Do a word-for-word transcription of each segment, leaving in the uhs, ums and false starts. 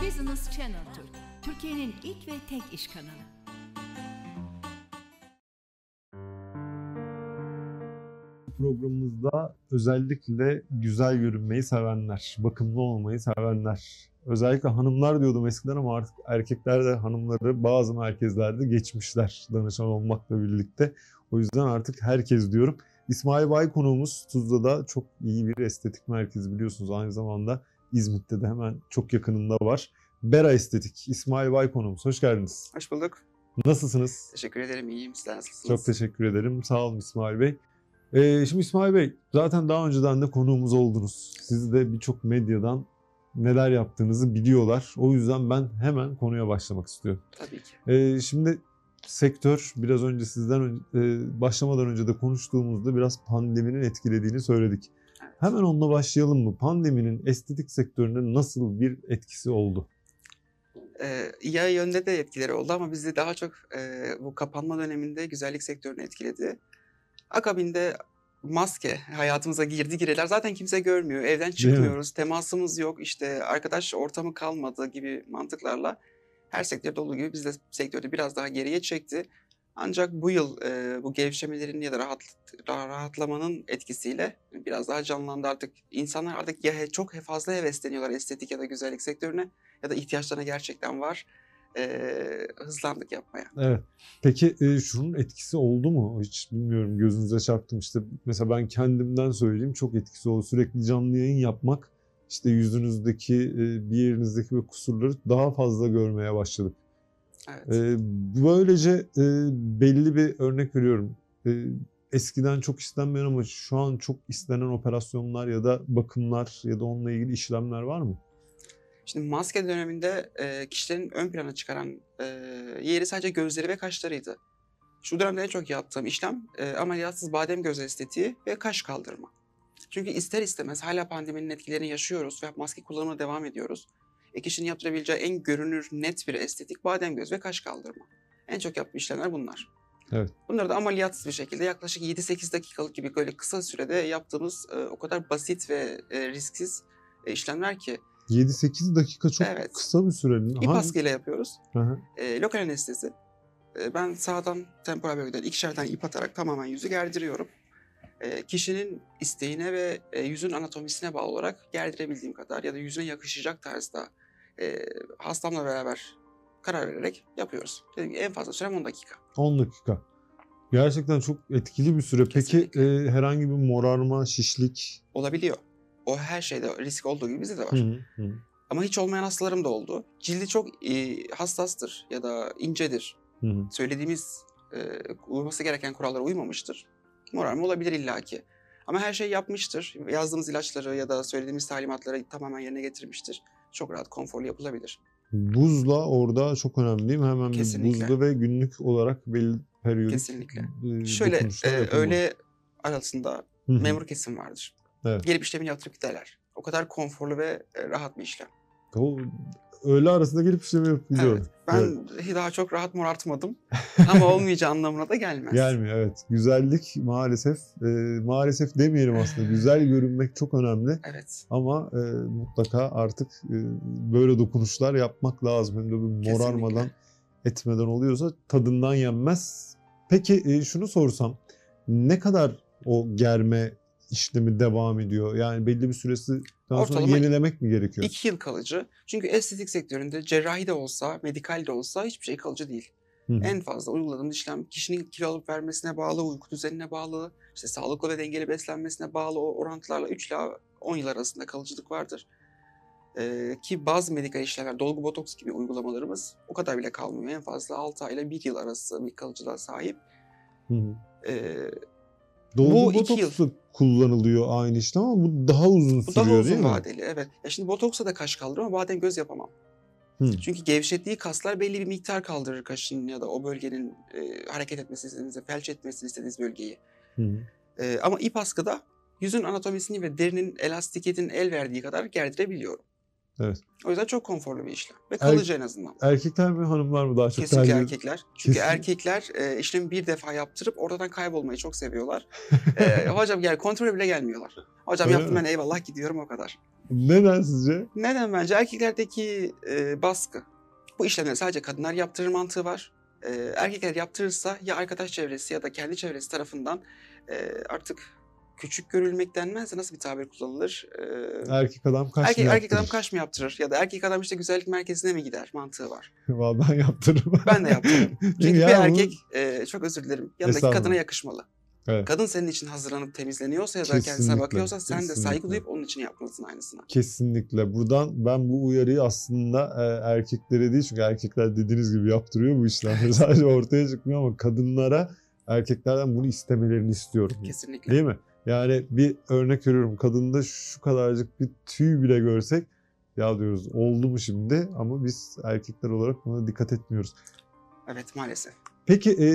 Business Channel Türk, Türkiye'nin ilk ve tek iş kanalı. Programımızda özellikle güzel görünmeyi sevenler, bakımlı olmayı sevenler, özellikle hanımlar diyordum eskiden ama artık erkekler de hanımları bazı merkezlerde geçmişler danışan olmakla birlikte. O yüzden artık herkes diyorum. İsmail Bay konuğumuz Tuzla'da çok iyi bir estetik merkezi biliyorsunuz. Aynı zamanda İzmit'te de hemen çok yakınında var. Bera Estetik. İsmail Bay konuğumuz. Hoş geldiniz. Hoş bulduk. Nasılsınız? Teşekkür ederim. İyiyim. Sizler nasılsınız? Çok teşekkür ederim. Sağ olun İsmail Bey. Ee, şimdi İsmail Bey, zaten daha önceden de konuğumuz oldunuz. Siz de birçok medyadan neler yaptığınızı biliyorlar. O yüzden ben hemen konuya başlamak istiyorum. Tabii ki. Ee, şimdi sektör biraz önce sizden önce, e, başlamadan önce de konuştuğumuzda biraz pandeminin etkilediğini söyledik. Evet. Hemen onunla başlayalım mı? Pandeminin estetik sektörüne nasıl bir etkisi oldu? Ee, iyi yönde de etkileri oldu ama bizi daha çok e, bu kapanma döneminde güzellik sektörünü etkiledi. Akabinde maske hayatımıza girdi gireler. Zaten kimse görmüyor. Evden çıkmıyoruz. Temasımız yok. İşte arkadaş ortamı kalmadı gibi mantıklarla her sektörde olduğu gibi biz de sektörde biraz daha geriye çekti. Ancak bu yıl e, bu gevşemelerin ya da rahat, rahatlamanın etkisiyle biraz daha canlandı artık. İnsanlar artık ya çok fazla hevesleniyorlar estetik ya da güzellik sektörüne ya da ihtiyaçlarına gerçekten var. E, hızlandık yapmaya. Evet. Peki e, şunun etkisi oldu mu? Hiç bilmiyorum, gözünüze çarptım işte. Mesela ben kendimden söyleyeyim, çok etkisi oldu. Sürekli canlı yayın yapmak, işte yüzünüzdeki, e, bir yerinizdeki ve kusurları daha fazla görmeye başladık. Evet. E, böylece e, belli bir örnek veriyorum. E, eskiden çok istenmeyen ama şu an çok istenen operasyonlar ya da bakımlar ya da onunla ilgili işlemler var mı? Şimdi maske döneminde e, kişilerin ön plana çıkaran e, yeri sadece gözleri ve kaşlarıydı. Şu dönemde en çok yaptığım işlem e, ameliyatsız badem göz estetiği ve kaş kaldırma. Çünkü ister istemez hala pandeminin etkilerini yaşıyoruz ve maske kullanımına devam ediyoruz. E, kişinin yaptırabileceği en görünür, net bir estetik badem göz ve kaş kaldırma. En çok yaptığım işlemler bunlar. Evet. Bunları da ameliyatsız bir şekilde yaklaşık yedi sekiz dakikalık gibi böyle kısa sürede yaptığımız e, o kadar basit ve e, risksiz e, işlemler ki. yedi sekiz dakika çok Evet. kısa bir süre. İp askıyla yapıyoruz. Hı hı. E, lokal anestezi. E, ben sağdan temporal bölgeden ikişer tane ip atarak tamamen yüzü gerdiriyorum. E, kişinin isteğine ve e, yüzün anatomisine bağlı olarak gerdirebildiğim kadar ya da yüzüne yakışacak tarzda e, hastamla beraber karar vererek yapıyoruz. Dediğim gibi en fazla sürem on dakika. on dakika. Gerçekten çok etkili bir süre. Kesinlikle. Peki e, herhangi bir morarma, şişlik? Olabiliyor. O her şeyde risk olduğu gibi bizde de var. Hı hı. Ama hiç olmayan hastalarım da oldu. Cildi çok e, hassastır ya da incedir. Hı hı. Söylediğimiz e, uyması gereken kurallara uymamıştır. Morarma olabilir illaki. Ama her şey yapmıştır. Yazdığımız ilaçları ya da söylediğimiz talimatları tamamen yerine getirmiştir. Çok rahat, konforlu yapılabilir. Buzla orada çok önemli değil mi? Hemen Kesinlikle. bir buzla ve günlük olarak belli periyodik Kesinlikle. e, Şöyle dokunuşlar e, yapılmalı. öğle arasında Hı hı. memur kesim vardır. Evet. Gelip işlemini yaptırıp giderler. O kadar konforlu ve e, rahat bir işlem. O öğle arasında gelip işlemi yapıp gidiyor. Evet. Ben Evet. daha çok rahat morartmadım. Ama olmayacağı anlamına da gelmez. Gelmiyor, evet. Güzellik maalesef, e, maalesef demeyelim aslında. Güzel görünmek çok önemli. Evet. Ama e, mutlaka artık e, böyle dokunuşlar yapmak lazım. Hem de bir morarmadan, Kesinlikle. etmeden oluyorsa tadından yenmez. Peki e, şunu sorsam, ne kadar o germe işlemi devam ediyor? Yani belli bir süresi daha sonra Ortalama yenilemek mi gerekiyor? İki yıl kalıcı. Çünkü estetik sektöründe cerrahi de olsa, medikal de olsa hiçbir şey kalıcı değil. Hı hı. En fazla uyguladığımız işlem kişinin kilo alıp vermesine bağlı, uyku düzenine bağlı, işte sağlıklı ve dengeli beslenmesine bağlı o orantılarla üç ila on yıl arasında kalıcılık vardır. Ee, ki bazı medikal işlemler, dolgu botoks gibi uygulamalarımız o kadar bile kalmıyor. En fazla altı ay ile bir yıl arası bir kalıcılığa sahip. Hı hı. Ee, Dolgu bu iki botoks yıl. da kullanılıyor aynı işte ama bu daha uzun Bu sürüyor daha değil uzun mi? vadeli, evet. Ya şimdi botoksa da kaş kaldırır ama badem göz yapamam. Hı. Çünkü gevşettiği kaslar belli bir miktar kaldırır kaşın ya da o bölgenin e, hareket etmesini istediğiniz, felç etmesini istediğiniz bölgeyi. Hı. E, ama ip askıda yüzün anatomisini ve derinin elastikiyetinin el verdiği kadar gerdirebiliyorum. Evet. O yüzden çok konforlu bir işlem ve kalıcı Er, en azından. Erkekler mi hanımlar mı daha çok Kesinlikle tercih erkekler. Çünkü Kesin... erkekler e, işlemi bir defa yaptırıp oradan kaybolmayı çok seviyorlar. e, hocam gel kontrole bile gelmiyorlar. Hocam Öyle yaptım mi? ben eyvallah gidiyorum o kadar. Neden sizce? Neden bence? Erkeklerdeki e, baskı. Bu işlemleri sadece kadınlar yaptırır mantığı var. E, erkekler yaptırırsa ya arkadaş çevresi ya da kendi çevresi tarafından e, artık küçük görülmek denmez de nasıl bir tabir kullanılır? E, erkek adam kaş erkek, mı erkek adam yaptırır? kaş mı yaptırır? Ya da erkek adam işte güzellik merkezine mi gider mantığı var. Vallahi ben yaptırırım. Ben de yaptırırım. Çünkü Yani bir erkek, bu... e, çok özür dilerim, yanındaki kadına yakışmalı. Evet. Kadın senin için hazırlanıp temizleniyorsa ya da Kesinlikle, kendisine bakıyorsa sen kesinlikle. de saygı duyup onun için yapmalısın aynısını. Kesinlikle. Buradan ben bu uyarıyı aslında e, erkeklere değil, çünkü erkekler dediğiniz gibi yaptırıyor bu işlemleri. Sadece ortaya çıkmıyor ama kadınlara erkeklerden bunu istemelerini istiyorum. Kesinlikle. Değil mi? Yani bir örnek veriyorum. Kadında şu kadarcık bir tüy bile görsek ya diyoruz oldu mu şimdi, ama biz erkekler olarak buna dikkat etmiyoruz. Evet, maalesef. Peki e,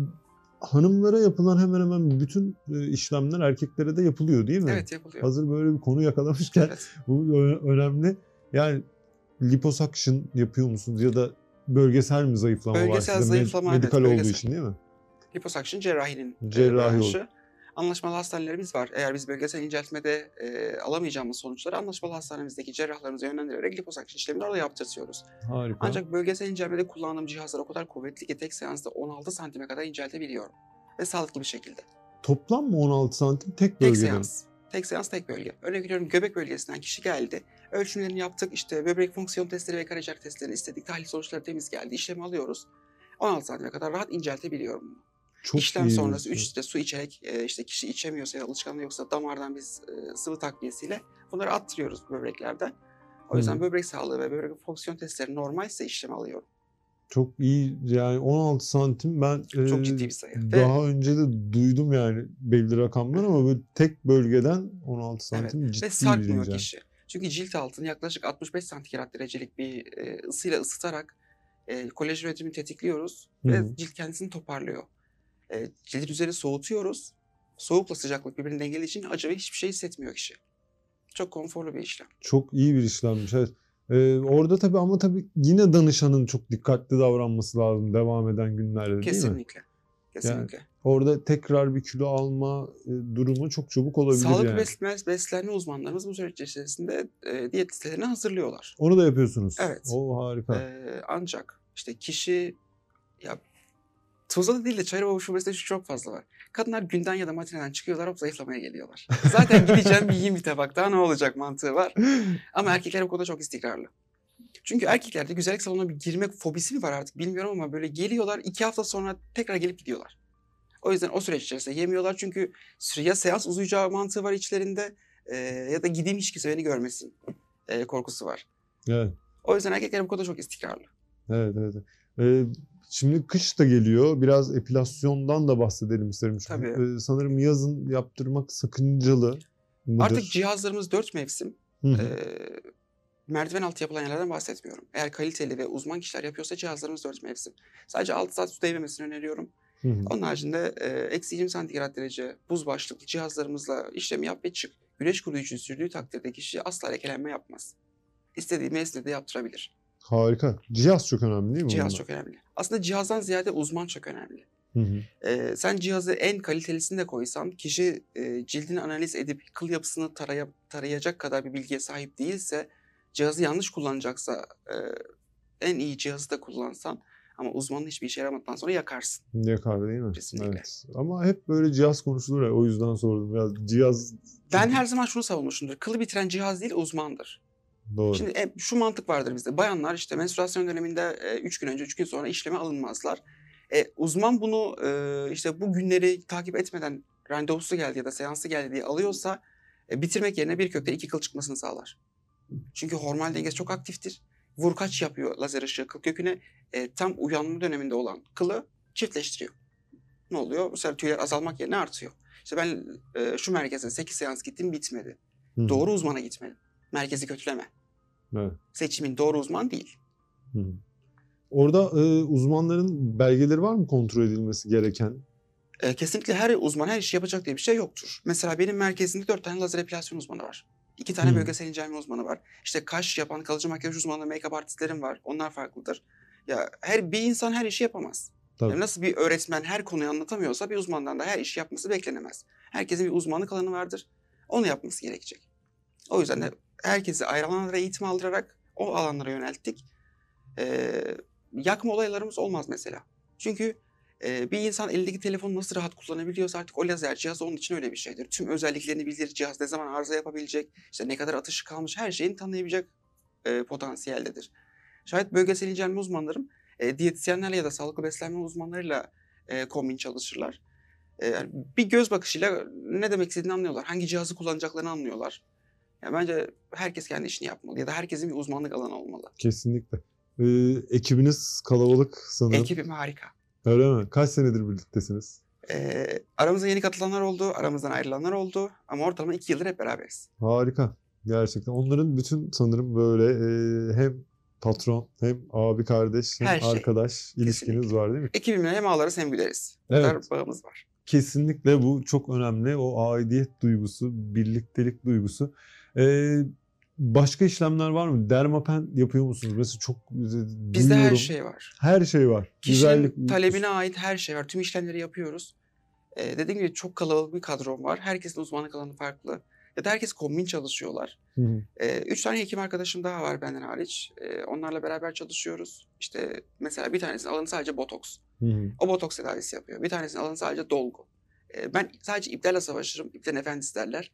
hanımlara yapılan hemen hemen bütün e, işlemler erkeklere de yapılıyor değil mi? Evet, yapılıyor. Hazır böyle bir konu yakalamışken Evet. bu önemli. Yani liposuction yapıyor musunuz ya da bölgesel mi zayıflama Bölgesel var? zayıflama, Med- medikal evet, olduğu bölgesel. için değil mi? Liposuction cerrahinin Cerrahi e, oldu. branşı. Anlaşmalı hastanelerimiz var. Eğer biz bölgesel inceltmede e, alamayacağımız sonuçları anlaşmalı hastanemizdeki cerrahlarımıza yönlendirerek liposuction işlemini orada yaptırtıyoruz. Harika. Ancak bölgesel incelmede kullandığım cihazlar o kadar kuvvetli ki tek seansta on altı santime kadar inceltebiliyorum. Ve sağlıklı bir şekilde. Toplam mı on altı santim tek Tek bölgeden? seans. Tek seans, tek bölge. Örnek veriyorum, göbek bölgesinden kişi geldi. Ölçümlerini yaptık. İşte böbrek fonksiyon testleri ve karaciğer testlerini istedik. Tahlil sonuçları temiz geldi. İşlemi alıyoruz. on altı santime kadar rahat inceltebiliyorum bunu. Çok İşlem iyi sonrası diyorsun. üç litre su içerek, e, işte kişi içemiyorsa ya da alışkanlığı yoksa damardan biz e, sıvı takviyesiyle bunları attırıyoruz böbreklerden. O yüzden Hı. böbrek sağlığı ve böbrek fonksiyon testleri normalse işlemi alıyorum. Çok iyi yani on altı santim ben Çok e, ciddi bir sayı. daha Ve, önce de duydum yani belli rakamlar, ama böyle tek bölgeden on altı santim evet, ciddi ve bir sarkmıyor incel. kişi. Çünkü cilt altını yaklaşık altmış beş santigrat derecelik bir e, ısıyla ısıtarak e, kolajen üretimini tetikliyoruz Hı ve hı. cilt kendisini toparlıyor. E, cildin üzeri soğutuyoruz. Soğukla sıcaklık birbirini dengelediği için acı ve hiçbir şey hissetmiyor kişi. Çok konforlu bir işlem. Çok iyi bir işlemmiş. Evet. Ee, orada tabii ama tabii yine danışanın çok dikkatli davranması lazım devam eden günlerde, değil mi? Kesinlikle. Kesinlikle. Yani orada tekrar bir kilo alma e, durumu çok çabuk olabilir Sağlıklı yani. beslenme, beslenme uzmanlarımız bu süreç içerisinde e, diyet listelerini hazırlıyorlar. Onu da yapıyorsunuz. Evet. O harika. E, ancak işte kişi, ya Tuzla'da değil de Çayırova Şubesi'nde şu çok fazla var. Kadınlar günden ya da matineden çıkıyorlar, hop zayıflamaya geliyorlar. Zaten gideceğim bir yiyeyim bir tabak, daha ne olacak mantığı var. Ama erkekler bu konuda çok istikrarlı. Çünkü erkeklerde güzellik salonuna bir girmek fobisi mi var artık bilmiyorum ama böyle geliyorlar, iki hafta sonra tekrar gelip gidiyorlar. O yüzden o süreç içerisinde yemiyorlar çünkü ya seans uzayacağı mantığı var içlerinde e, ya da gideyim hiç kimse beni görmesin e, korkusu var. Evet. O yüzden erkekler bu konuda çok istikrarlı. Evet, evet. Ee, şimdi kış da geliyor. Biraz epilasyondan da bahsedelim isterim. Çünkü, Tabii. e, sanırım yazın yaptırmak sakıncalı mıdır? Artık cihazlarımız dört mevsim. Hı hı. E, merdiven altı yapılan yerlerden bahsetmiyorum. Eğer kaliteli ve uzman kişiler yapıyorsa cihazlarımız dört mevsim. Sadece altı saat su değmemesini öneriyorum. Hı hı. Onun haricinde e, eksi yirmi santigrat derece buz başlıklı cihazlarımızla işlemi yap ve çık. Güneş koruyucu sürdüğü takdirde kişi asla lekelenme yapmaz. İstediği mevsimde yaptırabilir. Harika. Cihaz çok önemli değil mi? Cihaz bunda? çok önemli. Aslında cihazdan ziyade uzman çok önemli. Hı hı. E, sen cihazı en kalitelisini de koysan kişi e, cildini analiz edip kıl yapısını taraya, tarayacak kadar bir bilgiye sahip değilse, cihazı yanlış kullanacaksa e, en iyi cihazı da kullansan ama uzmanın hiçbir işe yaramadıktan sonra yakarsın. Yakar değil mi? Kesinlikle. Evet. Ama hep böyle cihaz konuşulur ya, o yüzden sordum. Biraz cihaz... Ben her zaman şunu savunmuşumdur. Kılı bitiren cihaz değil, uzmandır. Doğru. Şimdi e, şu mantık vardır bizde. Bayanlar işte menstruasyon döneminde üç gün önce, üç gün sonra işleme alınmazlar. E, uzman bunu e, işte bu günleri takip etmeden randevusu geldi ya da seansı geldi diye alıyorsa e, bitirmek yerine bir kökten iki kıl çıkmasını sağlar. Çünkü hormon dengesi çok aktiftir. Vurkaç yapıyor lazer ışığı kıl köküne. E, tam uyanma döneminde olan kılı çiftleştiriyor. Ne oluyor? Bu sefer tüyler azalmak yerine artıyor. İşte ben e, şu merkeze sekiz seans gittim, bitmedi. Hı. Doğru uzmana gitmedim. Merkezi kötüleme. Evet. Seçimin doğru uzman değil. Hı. Orada e, uzmanların belgeleri var mı kontrol edilmesi gereken? E, kesinlikle her uzman her işi yapacak diye bir şey yoktur. Mesela benim merkezimde dört tane lazer epilasyon uzmanı var. İki tane Hı. bölgesel incelme uzmanı var. İşte kaş yapan, kalıcı makyaj uzmanı, make-up artistlerim var. Onlar farklıdır. Ya her bir insan her işi yapamaz. Tabii. Yani nasıl bir öğretmen her konuyu anlatamıyorsa bir uzmandan da her işi yapması beklenemez. Herkesin bir uzmanlık alanı vardır. Onu yapması gerekecek. O yüzden de herkesi ayrı alanlara eğitim aldırarak o alanlara yönelttik. Ee, yakma olaylarımız olmaz mesela. Çünkü e, bir insan elindeki telefonu nasıl rahat kullanabiliyorsa artık o lazer cihaz onun için öyle bir şeydir. Tüm özelliklerini bilir, cihaz ne zaman arıza yapabilecek, işte ne kadar atışı kalmış her şeyini tanıyabilecek e, potansiyeldedir. Şayet bölgesel incelme uzmanlarım e, diyetisyenlerle ya da sağlıklı beslenme uzmanlarıyla e, kombin çalışırlar. E, yani bir göz bakışıyla ne demek istediğini anlıyorlar. Hangi cihazı kullanacaklarını anlıyorlar. Yani bence herkes kendi işini yapmalı ya da herkesin bir uzmanlık alanı olmalı. Kesinlikle. Ee, ekibiniz kalabalık sanırım. Ekibim harika. Öyle mi? Kaç senedir birliktesiniz? Ee, aramıza yeni katılanlar oldu, aramızdan ayrılanlar oldu ama ortalama iki yıldır hep beraberiz. Harika. Gerçekten. Onların bütün sanırım böyle e, hem patron hem abi kardeş hem Her şey. arkadaş ilişkiniz Kesinlikle. var değil mi? Ekibimle hem ağlarız hem güleriz. Bu Evet. kadar bağımız var. Kesinlikle bu çok önemli. O aidiyet duygusu, birliktelik duygusu. Ee, başka işlemler var mı? Dermapen yapıyor musunuz? Mesela çok Bizde duyuyorum. her şey var. Her şey var. Kişinin Güzellik, talebine ait her şey var. Tüm işlemleri yapıyoruz. Ee, dediğim gibi çok kalabalık bir kadrom var. Herkesin uzmanlık alanı farklı. Ya da herkes kombin çalışıyorlar. Hı hı. Ee, üç tane hekim arkadaşım daha var benden hariç. Ee, onlarla beraber çalışıyoruz. İşte mesela bir tanesinin alanı sadece botoks. Hı hı. O botoks tedavisi yapıyor. Bir tanesinin alanı sadece dolgu. Ee, ben sadece iplerle savaşırım. İplerin efendisi derler.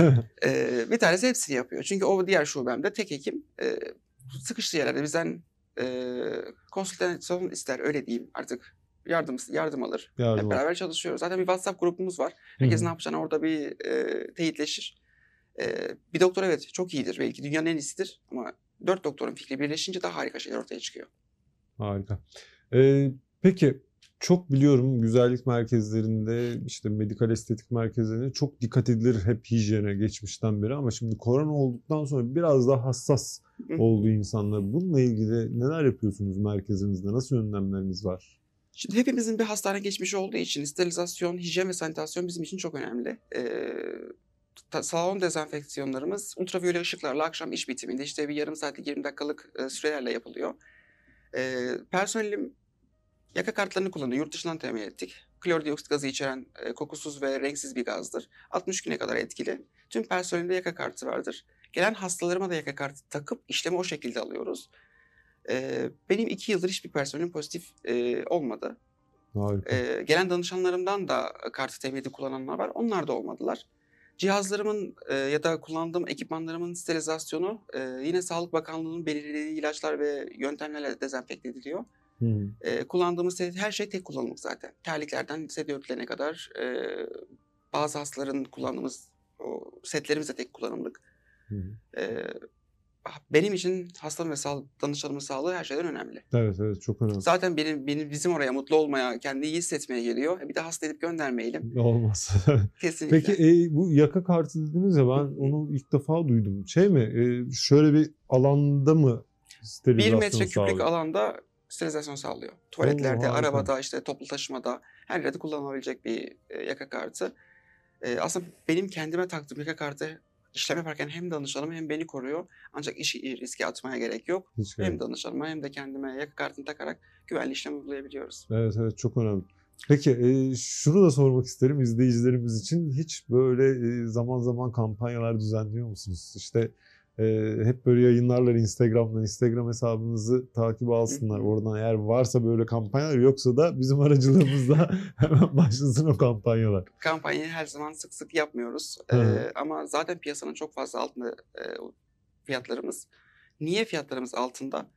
Ee, bir tanesi hepsini yapıyor. Çünkü o diğer şubemde tek hekim e, sıkıştığı yerlerde bizden e, konsültasyon ister, öyle diyeyim artık. Yardım yardım alır. Yardım Hep alır. beraber çalışıyoruz. Zaten bir WhatsApp grubumuz var. Herkes ne yapacağını orada bir e, teyitleşir. E, bir doktor evet çok iyidir. Belki dünyanın en iyisidir. Ama dört doktorun fikri birleşince daha harika şeyler ortaya çıkıyor. Harika. Ee, peki çok biliyorum güzellik merkezlerinde işte medikal estetik merkezlerinde çok dikkat edilir hep hijyene geçmişten beri ama şimdi korona olduktan sonra biraz daha hassas oldu insanlar. Bununla ilgili neler yapıyorsunuz merkezinizde? Nasıl önlemleriniz var? Şimdi hepimizin bir hastane geçmişi olduğu için sterilizasyon, hijyen ve sanitasyon bizim için çok önemli. Ee, ta- salon dezenfeksiyonlarımız ultraviyole ışıklarla akşam iş bitiminde işte bir yarım saatlik yirmi dakikalık e, sürelerle yapılıyor. Ee, personelim yaka kartlarını kullanıyor. Yurt dışından temin ettik. Klordioksit gazı içeren e, kokusuz ve renksiz bir gazdır. altmış güne kadar etkili. Tüm personelimde yaka kartı vardır. Gelen hastalarıma da yaka kartı takıp işlemi o şekilde alıyoruz. Ee, benim iki yıldır hiçbir personelim pozitif e, olmadı. Harika. Ee, gelen danışanlarımdan da kartı temin edip kullananlar var. Onlar da olmadılar. Cihazlarımın e, ya da kullandığım ekipmanlarımın sterilizasyonu e, yine Sağlık Bakanlığı'nın belirlediği ilaçlar ve yöntemlerle dezenfekte ediliyor. Hı. E, kullandığımız her şey tek kullanımlık zaten. Terliklerden sedörtlerine kadar e, bazı hastaların kullandığımız o setlerimiz de tek kullanımlık. Hı. E, benim için hastam ve sağlık, danışanımın sağlığı her şeyden önemli. Evet evet çok önemli. Zaten benim, benim bizim oraya mutlu olmaya, kendini iyi hissetmeye geliyor. Bir de hasta edip göndermeyelim. Olmaz. Kesinlikle. Peki e, bu yaka kartı dediniz ya ben onu ilk defa duydum. Şey mi e, şöyle bir alanda mı Bir sterilizasyon metre küplük sağlıyor? alanda sterilizasyon sağlıyor. Tuvaletlerde, Oo, harika. arabada, işte toplu taşımada her yerde kullanılabilecek bir e, yaka kartı. E, aslında benim kendime taktığım yaka kartı işlem yaparken hem danışanımı hem beni koruyor. Ancak işi riske atmaya gerek yok. Hiç Hem gerek. danışanıma hem de kendime yaka kartını takarak güvenli işlem uygulayabiliyoruz. Evet evet çok önemli. Peki e, şunu da sormak isterim izleyicilerimiz için. Hiç böyle e, zaman zaman kampanyalar düzenliyor musunuz? İşte e, hep böyle yayınlarlar Instagram'dan. Instagram hesabınızı takip alsınlar. Hı hı. Oradan eğer varsa böyle kampanyalar yoksa da bizim aracılığımızla hemen başlasın o kampanyalar. Kampanyayı her zaman sık sık yapmıyoruz. Hı. Ee, ama zaten piyasanın çok fazla altında e, fiyatlarımız. Niye fiyatlarımız altında?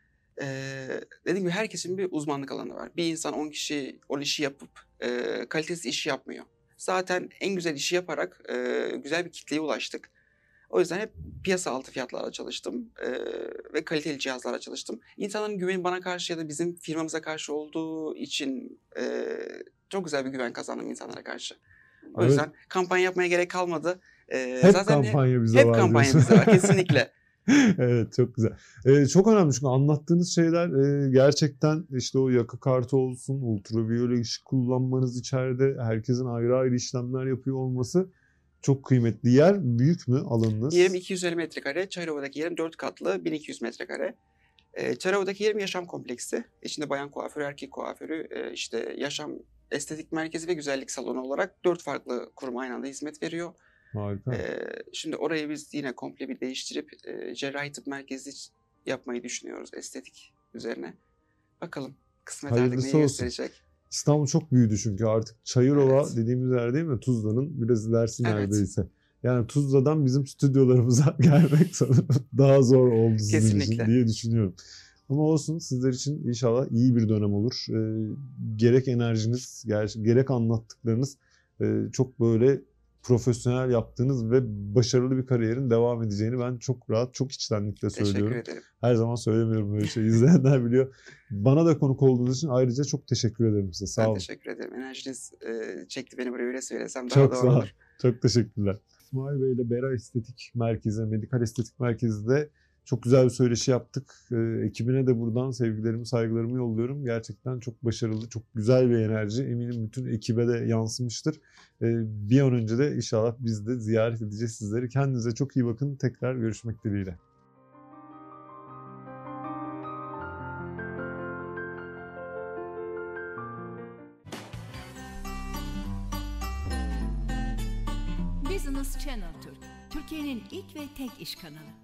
Ee, dediğim gibi herkesin bir uzmanlık alanı var. Bir insan on kişi on işi yapıp e, kalitesiz işi yapmıyor. Zaten en güzel işi yaparak e, güzel bir kitleye ulaştık. O yüzden hep piyasa altı fiyatlarla çalıştım e, ve kaliteli cihazlarla çalıştım. İnsanların güveni bana karşı ya da bizim firmamıza karşı olduğu için e, çok güzel bir güven kazandım insanlara karşı. O Evet. yüzden kampanya yapmaya gerek kalmadı. E, Hep zaten kampanya bize hep var kampanya diyorsun. bize var kesinlikle. Evet çok güzel. Ee, çok önemli çünkü anlattığınız şeyler e, gerçekten işte o yaka kartı olsun, ultraviyole ışık kullanmanız içeride, herkesin ayrı ayrı işlemler yapıyor olması Çok kıymetli. Yer büyük mü alanınız? Yerim iki yüz elli metrekare. Çayrova'daki yerim dört katlı bin iki yüz metrekare. E, Çayrova'daki yerim yaşam kompleksi. İçinde bayan kuaförü, erkek kuaförü, e, işte yaşam estetik merkezi ve güzellik salonu olarak dört farklı kurum aynı anda hizmet veriyor. Harika. E, şimdi orayı biz yine komple bir değiştirip e, cerrahi tıp merkezi yapmayı düşünüyoruz estetik üzerine. Bakalım kısmet artık Hayırlısı neyi olsun. gösterecek. İstanbul çok büyüdü çünkü artık Çayırova Evet. dediğimiz yer değil mi? Tuzla'nın biraz ilerisi Evet. neredeyse. Yani Tuzla'dan bizim stüdyolarımıza gelmek sanırım daha zor oldu sizin için Kesinlikle. diye düşünüyorum. Ama olsun, sizler için inşallah iyi bir dönem olur. Ee, gerek enerjiniz, ger- gerek anlattıklarınız e, çok böyle profesyonel yaptığınız ve başarılı bir kariyerin devam edeceğini ben çok rahat, çok içtenlikle söylüyorum. Teşekkür ederim. Her zaman söylemiyorum böyle şey. İzleyenler biliyor. Bana da konuk olduğunuz için ayrıca çok teşekkür ederim size. Sağ Ben olun. teşekkür ederim. Enerjiniz e, çekti beni buraya, öyle söylesem daha Çok doğru sağ ol. olur. Çok teşekkürler. İsmail Bey ile Bera Estetik Merkezi, Medikal Estetik Merkezi'de çok güzel bir söyleşi yaptık. Ee, ekibine de buradan sevgilerimi, saygılarımı yolluyorum. Gerçekten çok başarılı, çok güzel bir enerji. Eminim bütün ekibe de yansımıştır. Ee, bir an önce de inşallah biz de ziyaret edeceğiz sizleri. Kendinize çok iyi bakın. Tekrar görüşmek dileğiyle. Business Channel Türk, Türkiye'nin ilk ve tek iş kanalı.